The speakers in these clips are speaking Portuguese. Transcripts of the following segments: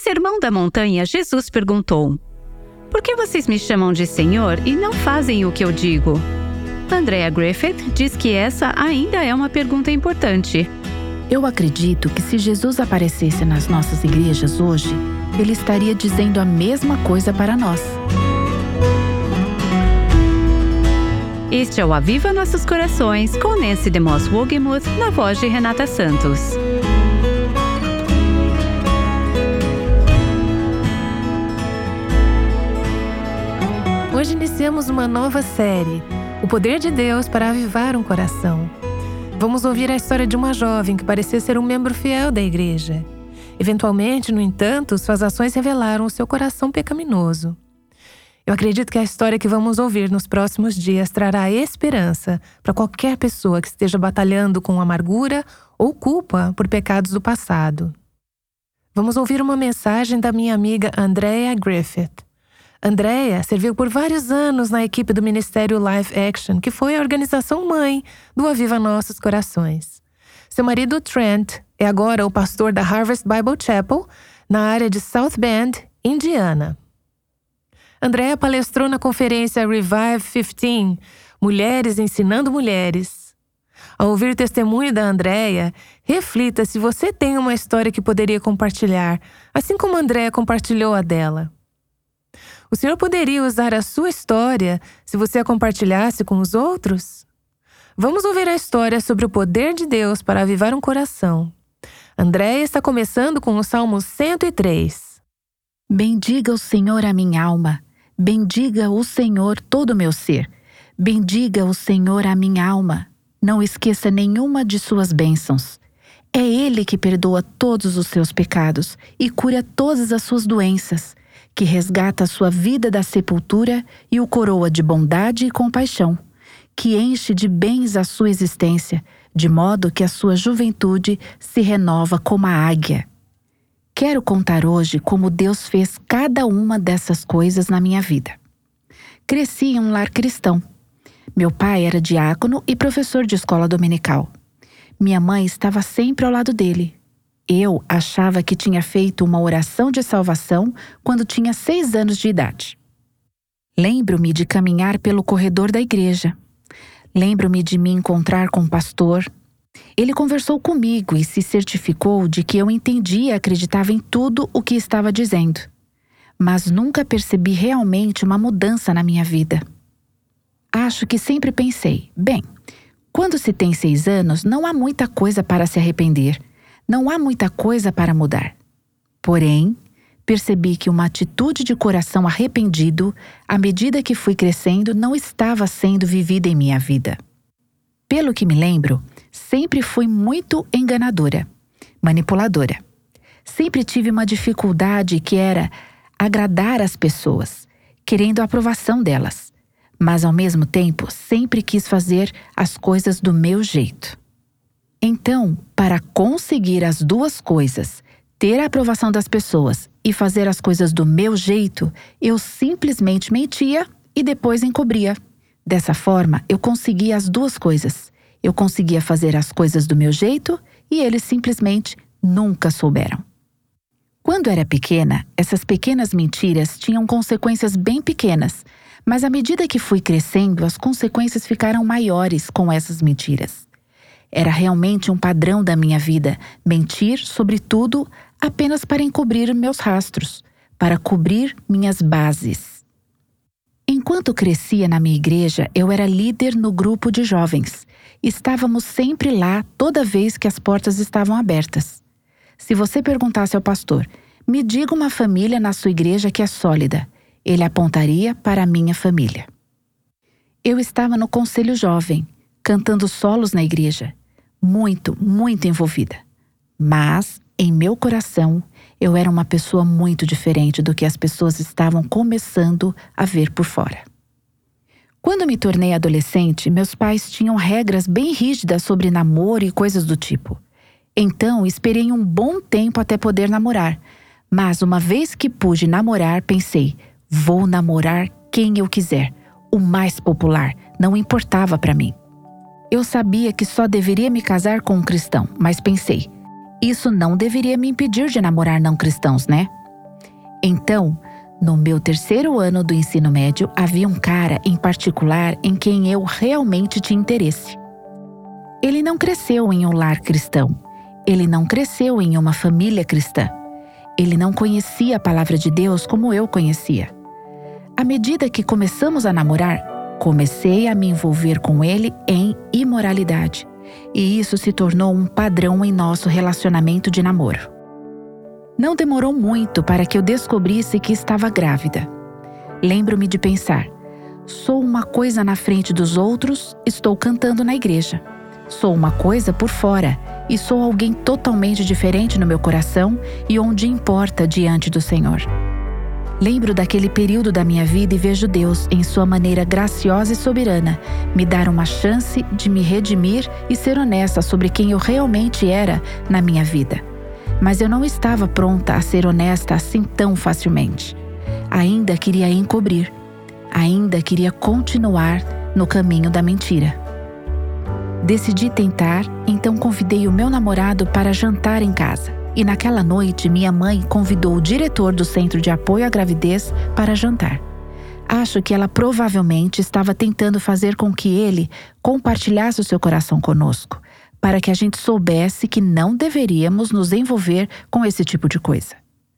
Sermão da Montanha, Jesus perguntou: "Por que vocês me chamam de Senhor e não fazem o que eu digo?" Andrea Griffith diz que essa ainda é uma pergunta importante. Eu acredito que se Jesus aparecesse nas nossas igrejas hoje, ele estaria dizendo a mesma coisa para nós. Este é o Aviva Nossos Corações, com Nancy DeMoss Wogemuth, na voz de Renata Santos. Hoje iniciamos uma nova série, O Poder de Deus para Avivar um Coração. Vamos ouvir a história de uma jovem que parecia ser um membro fiel da igreja. Eventualmente, no entanto, suas ações revelaram o seu coração pecaminoso. Eu acredito que a história que vamos ouvir nos próximos dias trará esperança para qualquer pessoa que esteja batalhando com amargura ou culpa por pecados do passado. Vamos ouvir uma mensagem da minha amiga Andrea Griffith. Andrea serviu por vários anos na equipe do Ministério Life Action, que foi a organização mãe do Aviva Nossos Corações. Seu marido Trent é agora o pastor da Harvest Bible Chapel, na área de South Bend, Indiana. Andrea palestrou na conferência Revive 15, Mulheres Ensinando Mulheres. Ao ouvir o testemunho da Andrea, reflita se você tem uma história que poderia compartilhar, assim como a Andrea compartilhou a dela. O Senhor poderia usar a sua história se você a compartilhasse com os outros? Vamos ouvir a história sobre o poder de Deus para avivar um coração. Andrea está começando com o Salmo 103. Bendiga o Senhor a minha alma. Bendiga o Senhor todo o meu ser. Bendiga o Senhor a minha alma. Não esqueça nenhuma de suas bênçãos. É Ele que perdoa todos os seus pecados e cura todas as suas doenças, que resgata a sua vida da sepultura e o coroa de bondade e compaixão, que enche de bens a sua existência, de modo que a sua juventude se renova como a águia. Quero contar hoje como Deus fez cada uma dessas coisas na minha vida. Cresci em um lar cristão. Meu pai era diácono e professor de escola dominical. Minha mãe estava sempre ao lado dele. Eu achava que tinha feito uma oração de salvação quando tinha 6 anos de idade. Lembro-me de caminhar pelo corredor da igreja. Lembro-me de me encontrar com o pastor. Ele conversou comigo e se certificou de que eu entendia e acreditava em tudo o que estava dizendo. Mas nunca percebi realmente uma mudança na minha vida. Acho que sempre pensei, bem, quando se tem 6 anos, não há muita coisa para se arrepender. Não há muita coisa para mudar. Porém, percebi que uma atitude de coração arrependido, à medida que fui crescendo, não estava sendo vivida em minha vida. Pelo que me lembro, sempre fui muito enganadora, manipuladora. Sempre tive uma dificuldade que era agradar as pessoas, querendo a aprovação delas. Mas, ao mesmo tempo, sempre quis fazer as coisas do meu jeito. Então, para conseguir as duas coisas, ter a aprovação das pessoas e fazer as coisas do meu jeito, eu simplesmente mentia e depois encobria. Dessa forma, eu conseguia as duas coisas. Eu conseguia fazer as coisas do meu jeito e eles simplesmente nunca souberam. Quando era pequena, essas pequenas mentiras tinham consequências bem pequenas, mas à medida que fui crescendo, as consequências ficaram maiores com essas mentiras. Era realmente um padrão da minha vida, mentir sobre tudo apenas para encobrir meus rastros, para cobrir minhas bases. Enquanto crescia na minha igreja, eu era líder no grupo de jovens. Estávamos sempre lá toda vez que as portas estavam abertas. Se você perguntasse ao pastor, me diga uma família na sua igreja que é sólida, ele apontaria para a minha família. Eu estava no conselho jovem, cantando solos na igreja, muito envolvida. Mas, em meu coração, eu era uma pessoa muito diferente do que as pessoas estavam começando a ver por fora. Quando me tornei adolescente, meus pais tinham regras bem rígidas sobre namoro e coisas do tipo. Então, esperei um bom tempo até poder namorar. Mas uma vez que pude namorar, pensei, vou namorar quem eu quiser. O mais popular, não importava para mim. Eu sabia que só deveria me casar com um cristão, mas pensei, isso não deveria me impedir de namorar não cristãos, né? Então, no meu 3º ano do ensino médio, havia um cara em particular em quem eu realmente tinha interesse. Ele não cresceu em um lar cristão. Ele não cresceu em uma família cristã. Ele não conhecia a palavra de Deus como eu conhecia. À medida que começamos a namorar, comecei a me envolver com ele em imoralidade. E isso se tornou um padrão em nosso relacionamento de namoro. Não demorou muito para que eu descobrisse que estava grávida. Lembro-me de pensar: sou uma coisa na frente dos outros, estou cantando na igreja. Sou uma coisa por fora e sou alguém totalmente diferente no meu coração e onde importa diante do Senhor. Lembro daquele período da minha vida e vejo Deus, em sua maneira graciosa e soberana, me dar uma chance de me redimir e ser honesta sobre quem eu realmente era na minha vida. Mas eu não estava pronta a ser honesta assim tão facilmente. Ainda queria encobrir. Ainda queria continuar no caminho da mentira. Decidi tentar, então convidei o meu namorado para jantar em casa. E naquela noite, minha mãe convidou o diretor do Centro de Apoio à Gravidez para jantar. Acho que ela provavelmente estava tentando fazer com que ele compartilhasse o seu coração conosco, para que a gente soubesse que não deveríamos nos envolver com esse tipo de coisa.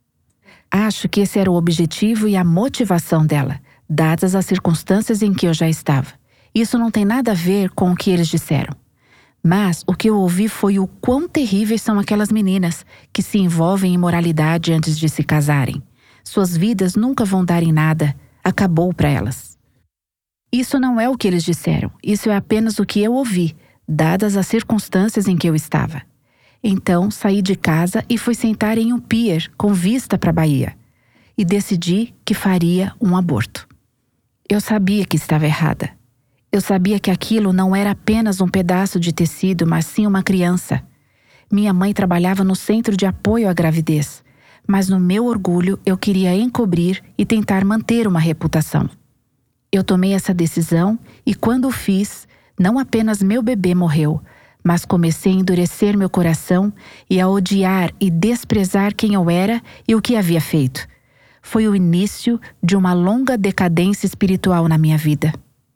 Acho que esse era o objetivo e a motivação dela, dadas as circunstâncias em que eu já estava. Isso não tem nada a ver com o que eles disseram. Mas o que eu ouvi foi o quão terríveis são aquelas meninas que se envolvem em imoralidade antes de se casarem. Suas vidas nunca vão dar em nada. Acabou para elas. Isso não é o que eles disseram. Isso é apenas o que eu ouvi, dadas as circunstâncias em que eu estava. Então, saí de casa e fui sentar em um pier com vista para a Bahia. E decidi que faria um aborto. Eu sabia que estava errada. Eu sabia que aquilo não era apenas um pedaço de tecido, mas sim uma criança. Minha mãe trabalhava no Centro de Apoio à Gravidez, mas no meu orgulho eu queria encobrir e tentar manter uma reputação. Eu tomei essa decisão e quando o fiz, não apenas meu bebê morreu, mas comecei a endurecer meu coração e a odiar e desprezar quem eu era e o que havia feito. Foi o início de uma longa decadência espiritual na minha vida.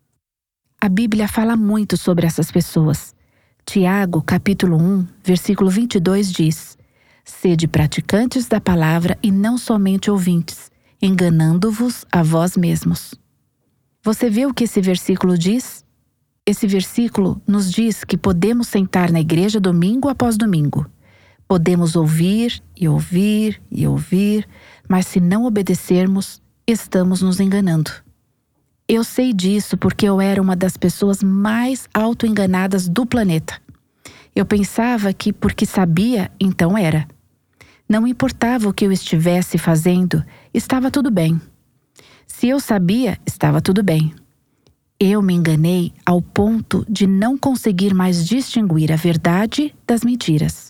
A Bíblia fala muito sobre essas pessoas. Tiago, capítulo 1, versículo 22 diz: Sede praticantes da palavra e não somente ouvintes, enganando-vos a vós mesmos. Você vê o que esse versículo diz? Esse versículo nos diz que podemos sentar na igreja domingo após domingo. Podemos ouvir e ouvir e ouvir, mas se não obedecermos, estamos nos enganando. Eu sei disso porque eu era uma das pessoas mais autoenganadas do planeta. Eu pensava que porque sabia, então era. Não importava o que eu estivesse fazendo, estava tudo bem. Se eu sabia, estava tudo bem. Eu me enganei ao ponto de não conseguir mais distinguir a verdade das mentiras.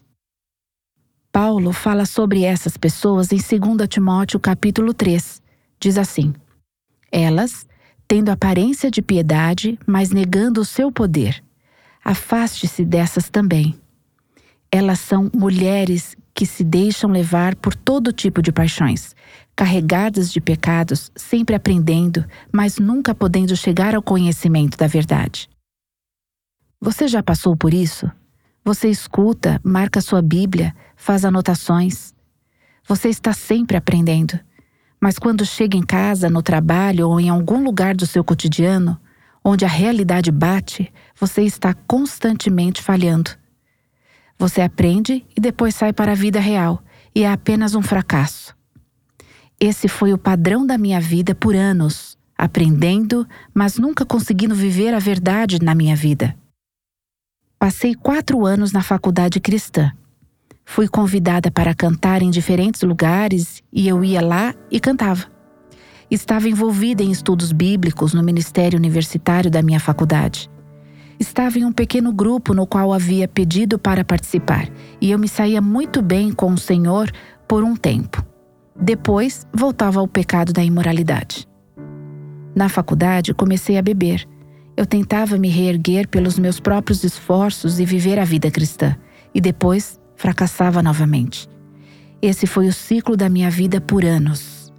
Paulo fala sobre essas pessoas em 2 Timóteo capítulo 3. Diz assim: Elas, tendo aparência de piedade, mas negando o seu poder, afaste-se dessas também. Elas são mulheres que se deixam levar por todo tipo de paixões, carregadas de pecados, sempre aprendendo, mas nunca podendo chegar ao conhecimento da verdade. Você já passou por isso? Você escuta, marca sua Bíblia, faz anotações. Você está sempre aprendendo. Mas quando chega em casa, no trabalho ou em algum lugar do seu cotidiano, onde a realidade bate, você está constantemente falhando. Você aprende e depois sai para a vida real, e é apenas um fracasso. Esse foi o padrão da minha vida por anos, aprendendo, mas nunca conseguindo viver a verdade na minha vida. Passei 4 anos na faculdade cristã. Fui convidada para cantar em diferentes lugares e eu ia lá e cantava. Estava envolvida em estudos bíblicos no ministério universitário da minha faculdade. Estava em um pequeno grupo no qual havia pedido para participar e eu me saía muito bem com o Senhor por um tempo. Depois, voltava ao pecado da imoralidade. Na faculdade, comecei a beber. Eu tentava me reerguer pelos meus próprios esforços e viver a vida cristã. E depois, fracassava novamente. Esse foi o ciclo da minha vida por anos.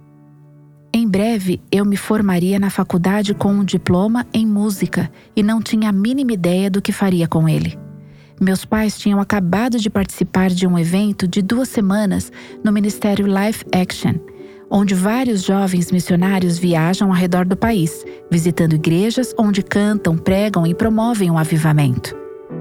breve, eu me formaria na faculdade com um diploma em música e não tinha a mínima ideia do que faria com ele. Meus pais tinham acabado de participar de um evento de 2 semanas no Ministério Life Action, onde vários jovens missionários viajam ao redor do país, visitando igrejas onde cantam, pregam e promovem um avivamento.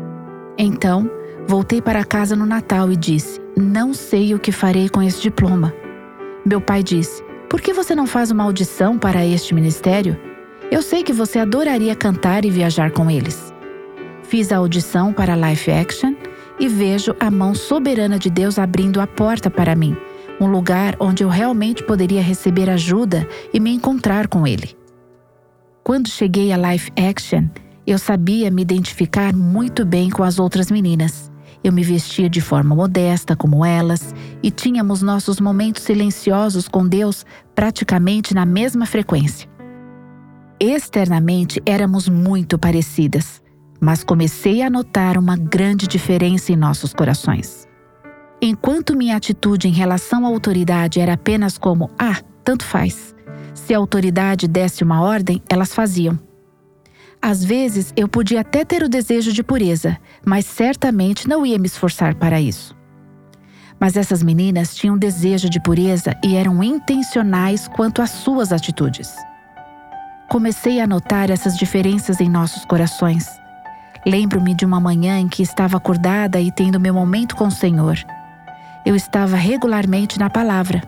Então, voltei para casa no Natal e disse: não sei o que farei com esse diploma. Meu pai disse: por que você não faz uma audição para este ministério? Eu sei que você adoraria cantar e viajar com eles. Fiz a audição para Life Action e vejo a mão soberana de Deus abrindo a porta para mim, um lugar onde eu realmente poderia receber ajuda e me encontrar com Ele. Quando cheguei a Life Action, eu sabia me identificar muito bem com as outras meninas. Eu me vestia de forma modesta como elas e tínhamos nossos momentos silenciosos com Deus praticamente na mesma frequência. Externamente éramos muito parecidas, mas comecei a notar uma grande diferença em nossos corações. Enquanto minha atitude em relação à autoridade era apenas como: tanto faz. Se a autoridade desse uma ordem, elas faziam. Às vezes, eu podia até ter o desejo de pureza, mas certamente não ia me esforçar para isso. Mas essas meninas tinham desejo de pureza e eram intencionais quanto às suas atitudes. Comecei a notar essas diferenças em nossos corações. Lembro-me de uma manhã em que estava acordada e tendo meu momento com o Senhor. Eu estava regularmente na palavra.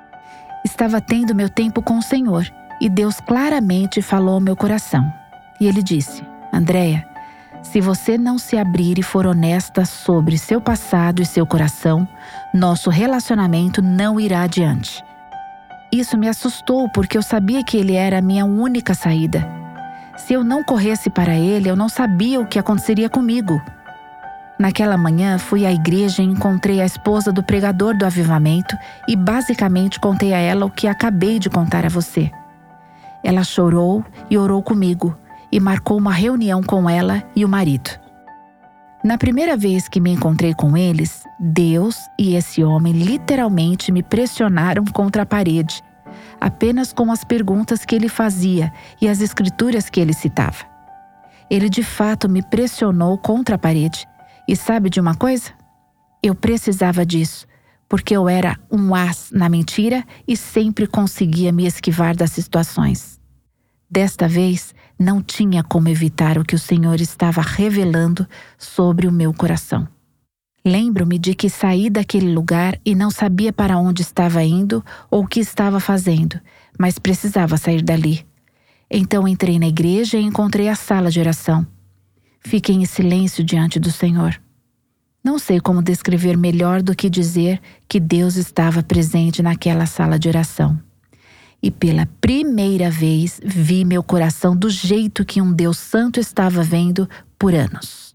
Estava tendo meu tempo com o Senhor e Deus claramente falou ao meu coração. E Ele disse: Andréa, se você não se abrir e for honesta sobre seu passado e seu coração, nosso relacionamento não irá adiante. Isso me assustou porque eu sabia que Ele era a minha única saída. Se eu não corresse para Ele, eu não sabia o que aconteceria comigo. Naquela manhã, fui à igreja e encontrei a esposa do pregador do avivamento e basicamente contei a ela o que acabei de contar a você. Ela chorou e orou comigo e marcou uma reunião com ela e o marido. Na primeira vez que me encontrei com eles, Deus e esse homem literalmente me pressionaram contra a parede, apenas com as perguntas que ele fazia e as escrituras que ele citava. Ele de fato me pressionou contra a parede. E sabe de uma coisa? Eu precisava disso, porque eu era um as na mentira e sempre conseguia me esquivar das situações. Desta vez, não tinha como evitar o que o Senhor estava revelando sobre o meu coração. Lembro-me de que saí daquele lugar e não sabia para onde estava indo ou o que estava fazendo, mas precisava sair dali. Então entrei na igreja e encontrei a sala de oração. Fiquei em silêncio diante do Senhor. Não sei como descrever melhor do que dizer que Deus estava presente naquela sala de oração. E pela primeira vez vi meu coração do jeito que um Deus Santo estava vendo por anos.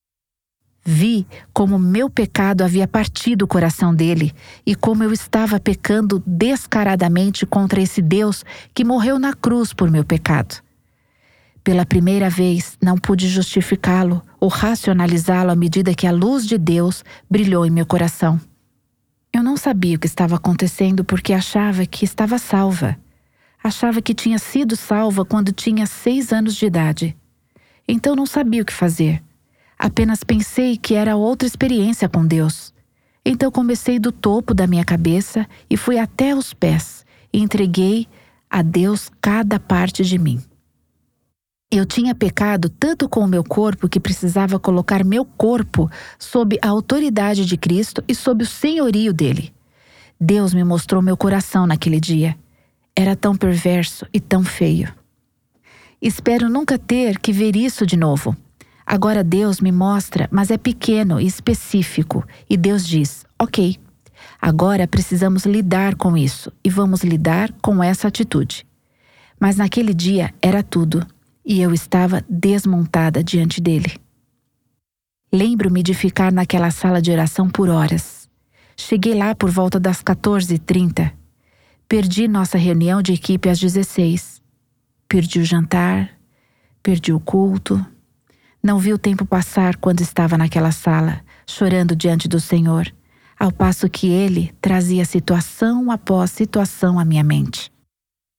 Vi como meu pecado havia partido o coração dele e como eu estava pecando descaradamente contra esse Deus que morreu na cruz por meu pecado. Pela primeira vez, não pude justificá-lo ou racionalizá-lo à medida que a luz de Deus brilhou em meu coração. Eu não sabia o que estava acontecendo porque achava que estava salva. Achava que tinha sido salva quando tinha 6 anos de idade. Então não sabia o que fazer. Apenas pensei que era outra experiência com Deus. Então comecei do topo da minha cabeça e fui até os pés e entreguei a Deus cada parte de mim. Eu tinha pecado tanto com o meu corpo que precisava colocar meu corpo sob a autoridade de Cristo e sob o senhorio dele. Deus me mostrou meu coração naquele dia. Era tão perverso e tão feio. Espero nunca ter que ver isso de novo. Agora Deus me mostra, mas é pequeno e específico. E Deus diz: ok, agora precisamos lidar com isso e vamos lidar com essa atitude. Mas naquele dia era tudo. E eu estava desmontada diante dele. Lembro-me de ficar naquela sala de oração por horas. Cheguei lá por volta das 14h30. Perdi nossa reunião de equipe às 16h. Perdi o jantar, perdi o culto. Não vi o tempo passar quando estava naquela sala, chorando diante do Senhor, ao passo que Ele trazia situação após situação à minha mente.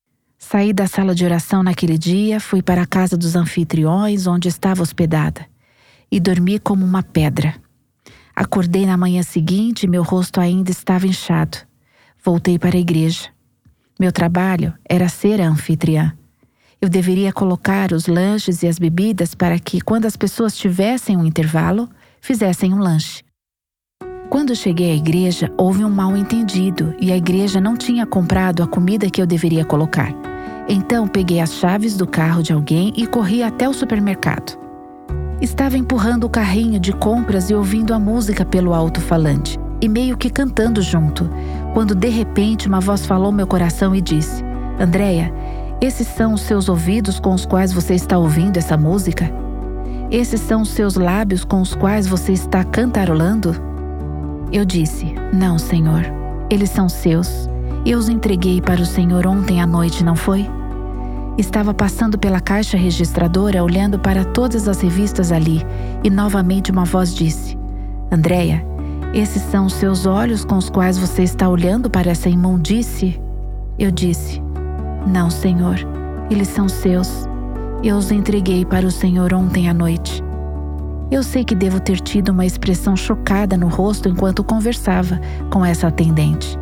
Saí da sala de oração naquele dia, fui para a casa dos anfitriões, onde estava hospedada, e dormi como uma pedra. Acordei na manhã seguinte e meu rosto ainda estava inchado. Voltei para a igreja. Meu trabalho era ser a anfitriã. Eu deveria colocar os lanches e as bebidas para que, quando as pessoas tivessem um intervalo, fizessem um lanche. Quando cheguei à igreja, houve um mal-entendido e a igreja não tinha comprado a comida que eu deveria colocar. Então, peguei as chaves do carro de alguém e corri até o supermercado. Estava empurrando o carrinho de compras e ouvindo a música pelo alto-falante, e meio que cantando junto, quando de repente uma voz falou meu coração e disse: Andréia, esses são os seus ouvidos com os quais você está ouvindo essa música? Esses são os seus lábios com os quais você está cantarolando? Eu disse: Não, Senhor, eles são seus. Eu os entreguei para o Senhor ontem à noite, não foi? Estava passando pela caixa registradora, olhando para todas as revistas ali, e novamente uma voz disse: Andréia, esses são os seus olhos com os quais você está olhando para essa imundície? Eu disse: Não, Senhor, eles são seus. Eu os entreguei para o Senhor ontem à noite. Eu sei que devo ter tido uma expressão chocada no rosto enquanto conversava com essa atendente.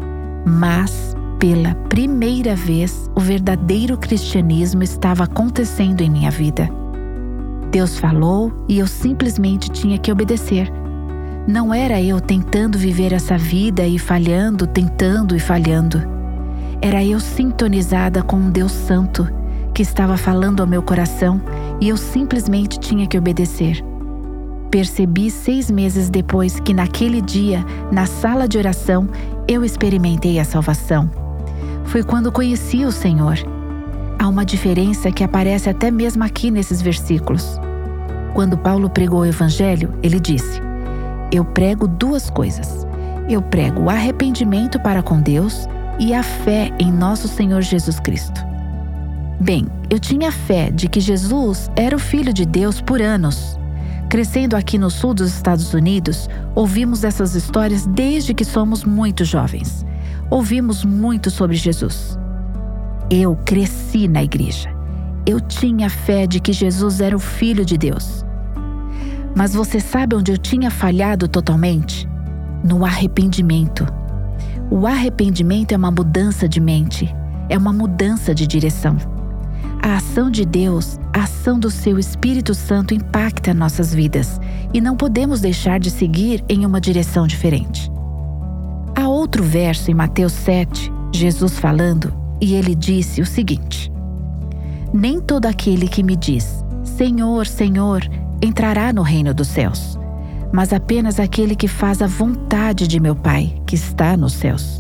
Mas, pela primeira vez, o verdadeiro cristianismo estava acontecendo em minha vida. Deus falou e eu simplesmente tinha que obedecer. Não era eu tentando viver essa vida e falhando, tentando e falhando. Era eu sintonizada com um Deus santo que estava falando ao meu coração e eu simplesmente tinha que obedecer. Percebi 6 meses depois que naquele dia, na sala de oração, eu experimentei a salvação. Foi quando conheci o Senhor. Há uma diferença que aparece até mesmo aqui nesses versículos. Quando Paulo pregou o Evangelho, ele disse: Eu prego 2 coisas. Eu prego o arrependimento para com Deus e a fé em nosso Senhor Jesus Cristo. Bem, eu tinha fé de que Jesus era o Filho de Deus por anos. Crescendo aqui no sul dos Estados Unidos, ouvimos essas histórias desde que somos muito jovens. Ouvimos muito sobre Jesus. Eu cresci na igreja. Eu tinha fé de que Jesus era o Filho de Deus. Mas você sabe onde eu tinha falhado totalmente? No arrependimento. O arrependimento é uma mudança de mente, é uma mudança de direção. A ação de Deus, a ação do seu Espírito Santo impacta nossas vidas e não podemos deixar de seguir em uma direção diferente. Há outro verso em Mateus 7, Jesus falando, e ele disse o seguinte: Nem todo aquele que me diz, Senhor, Senhor, entrará no reino dos céus, mas apenas aquele que faz a vontade de meu Pai, que está nos céus.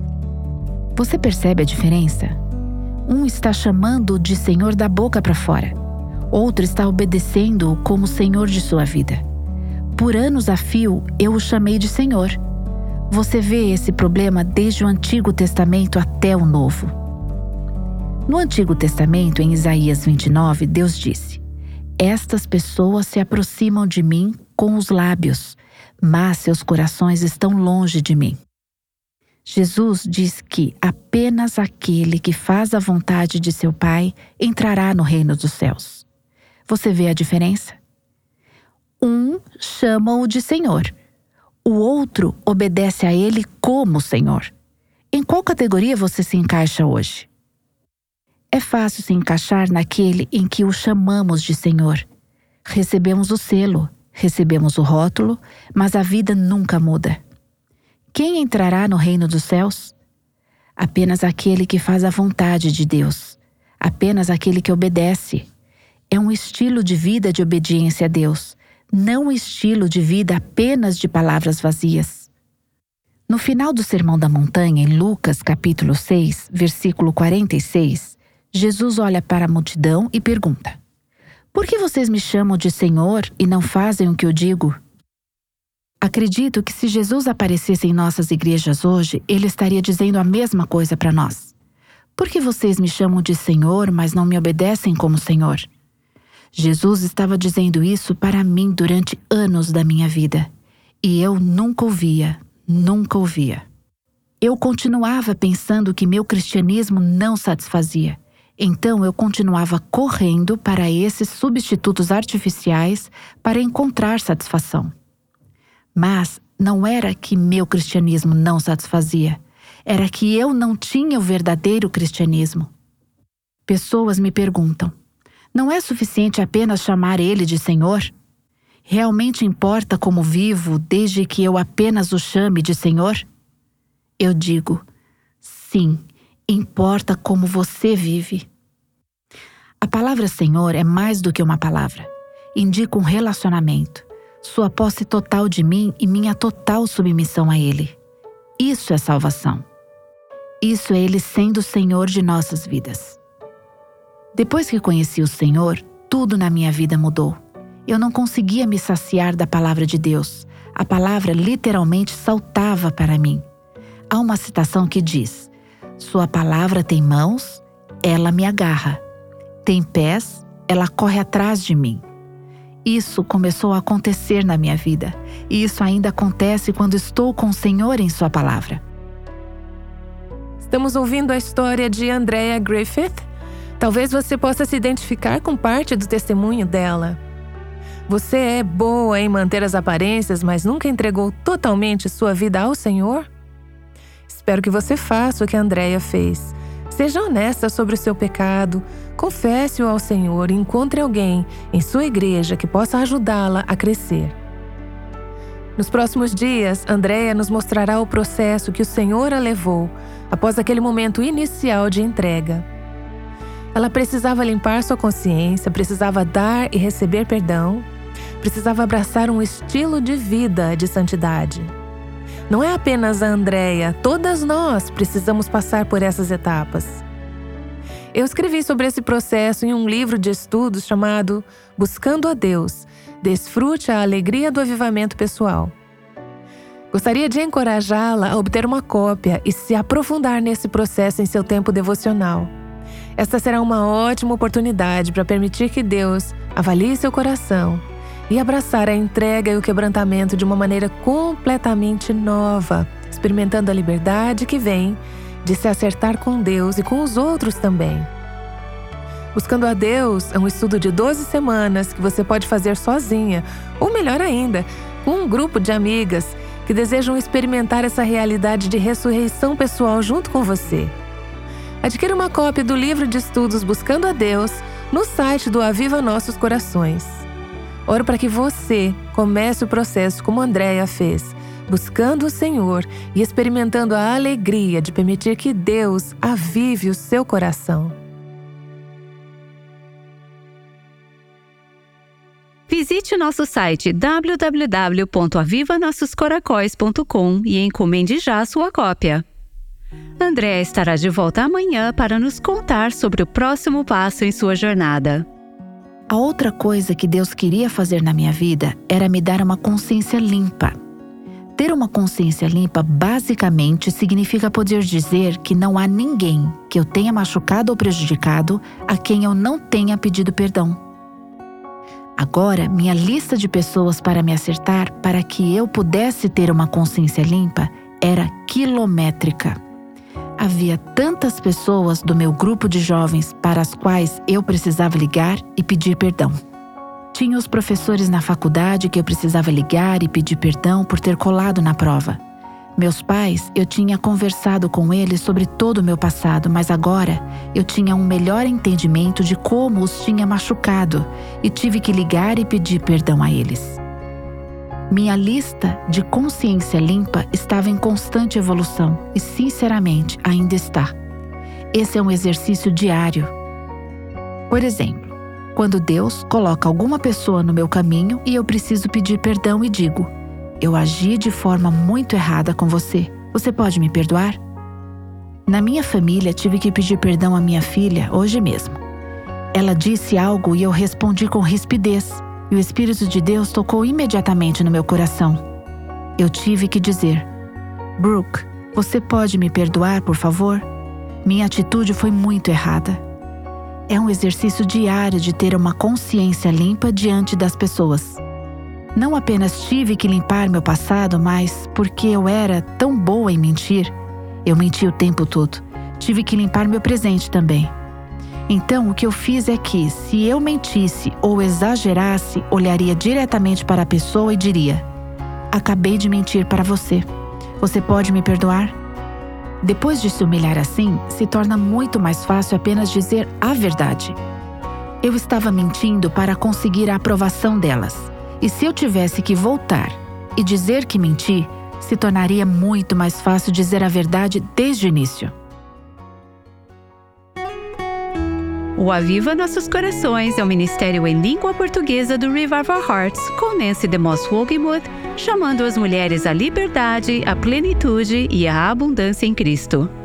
Você percebe a diferença? Um está chamando-o de Senhor da boca para fora. Outro está obedecendo-o como Senhor de sua vida. Por anos a fio, eu o chamei de Senhor. Você vê esse problema desde o Antigo Testamento até o Novo. No Antigo Testamento, em Isaías 29, Deus disse: Estas pessoas se aproximam de mim com os lábios, mas seus corações estão longe de mim. Jesus diz que apenas aquele que faz a vontade de seu Pai entrará no reino dos céus. Você vê a diferença? Um chama-o de Senhor. O outro obedece a ele como Senhor. Em qual categoria você se encaixa hoje? É fácil se encaixar naquele em que o chamamos de Senhor. Recebemos o selo, recebemos o rótulo, mas a vida nunca muda. Quem entrará no reino dos céus? Apenas aquele que faz a vontade de Deus. Apenas aquele que obedece. É um estilo de vida de obediência a Deus, não um estilo de vida apenas de palavras vazias. No final do Sermão da Montanha, em Lucas capítulo 6, versículo 46, Jesus olha para a multidão e pergunta: Por que vocês me chamam de Senhor e não fazem o que eu digo? Acredito que se Jesus aparecesse em nossas igrejas hoje, ele estaria dizendo a mesma coisa para nós. Por que vocês me chamam de Senhor, mas não me obedecem como Senhor? Jesus estava dizendo isso para mim durante anos da minha vida. E eu nunca ouvia, nunca ouvia. Eu continuava pensando que meu cristianismo não satisfazia. Então eu continuava correndo para esses substitutos artificiais para encontrar satisfação. Mas não era que meu cristianismo não satisfazia, era que eu não tinha o verdadeiro cristianismo. Pessoas me perguntam: não é suficiente apenas chamar Ele de Senhor? Realmente importa como vivo desde que eu apenas o chame de Senhor? Eu digo: sim, importa como você vive. A palavra Senhor é mais do que uma palavra. Indica um relacionamento, sua posse total de mim e minha total submissão a Ele. Isso é salvação. Isso é Ele sendo o Senhor de nossas vidas. Depois que conheci o Senhor, tudo na minha vida mudou. Eu não conseguia me saciar da palavra de Deus. A palavra literalmente saltava para mim. Há uma citação que diz: sua palavra tem mãos, ela me agarra. Tem pés, ela corre atrás de mim. Isso começou a acontecer na minha vida. E isso ainda acontece quando estou com o Senhor em sua palavra. Estamos ouvindo a história de Andrea Griffith. Talvez você possa se identificar com parte do testemunho dela. Você é boa em manter as aparências, mas nunca entregou totalmente sua vida ao Senhor? Espero que você faça o que a Andrea fez. Seja honesta sobre o seu pecado, confesse-o ao Senhor e encontre alguém em sua igreja que possa ajudá-la a crescer. Nos próximos dias, Andrea nos mostrará o processo que o Senhor a levou após aquele momento inicial de entrega. Ela precisava limpar sua consciência, precisava dar e receber perdão, precisava abraçar um estilo de vida de santidade. Não é apenas a Andrea, todas nós precisamos passar por essas etapas. Eu escrevi sobre esse processo em um livro de estudos chamado Buscando a Deus, Desfrute a Alegria do Avivamento Pessoal. Gostaria de encorajá-la a obter uma cópia e se aprofundar nesse processo em seu tempo devocional. Esta será uma ótima oportunidade para permitir que Deus avalie seu coração e abraçar a entrega e o quebrantamento de uma maneira completamente nova, experimentando a liberdade que vem de se acertar com Deus e com os outros também. Buscando a Deus é um estudo de 12 semanas que você pode fazer sozinha, ou melhor ainda, com um grupo de amigas que desejam experimentar essa realidade de ressurreição pessoal junto com você. Adquira uma cópia do livro de estudos Buscando a Deus no site do Aviva Nossos Corações. Oro para que você comece o processo como Andrea fez, buscando o Senhor e experimentando a alegria de permitir que Deus avive o seu coração. Visite o nosso site www.avivanossoscoracóis.com e encomende já sua cópia. Andrea estará de volta amanhã para nos contar sobre o próximo passo em sua jornada. A outra coisa que Deus queria fazer na minha vida era me dar uma consciência limpa. Ter uma consciência limpa basicamente significa poder dizer que não há ninguém que eu tenha machucado ou prejudicado a quem eu não tenha pedido perdão. Agora, minha lista de pessoas para me acertar para que eu pudesse ter uma consciência limpa era quilométrica. Havia tantas pessoas do meu grupo de jovens para as quais eu precisava ligar e pedir perdão. Tinha os professores na faculdade que eu precisava ligar e pedir perdão por ter colado na prova. Meus pais, eu tinha conversado com eles sobre todo o meu passado, mas agora eu tinha um melhor entendimento de como os tinha machucado e tive que ligar e pedir perdão a eles. Minha lista de consciência limpa estava em constante evolução e, sinceramente, ainda está. Esse é um exercício diário. Por exemplo, quando Deus coloca alguma pessoa no meu caminho e eu preciso pedir perdão e digo: eu agi de forma muito errada com você. Você pode me perdoar? Na minha família, tive que pedir perdão à minha filha hoje mesmo. Ela disse algo e eu respondi com rispidez. E o Espírito de Deus tocou imediatamente no meu coração. Eu tive que dizer: Brooke, você pode me perdoar, por favor? Minha atitude foi muito errada. É um exercício diário de ter uma consciência limpa diante das pessoas. Não apenas tive que limpar meu passado, mas porque eu era tão boa em mentir, Eu menti o tempo todo. Tive que limpar meu presente também. Então, o que eu fiz é que, se eu mentisse ou exagerasse, olharia diretamente para a pessoa e diria: acabei de mentir para você. Você pode me perdoar? Depois de se humilhar assim, se torna muito mais fácil apenas dizer a verdade. Eu estava mentindo para conseguir a aprovação delas. E se eu tivesse que voltar e dizer que menti, se tornaria muito mais fácil dizer a verdade desde o início. O Aviva Nossos Corações é o ministério em língua portuguesa do Revival Hearts, com Nancy DeMoss Wogemuth, chamando as mulheres à liberdade, à plenitude e à abundância em Cristo.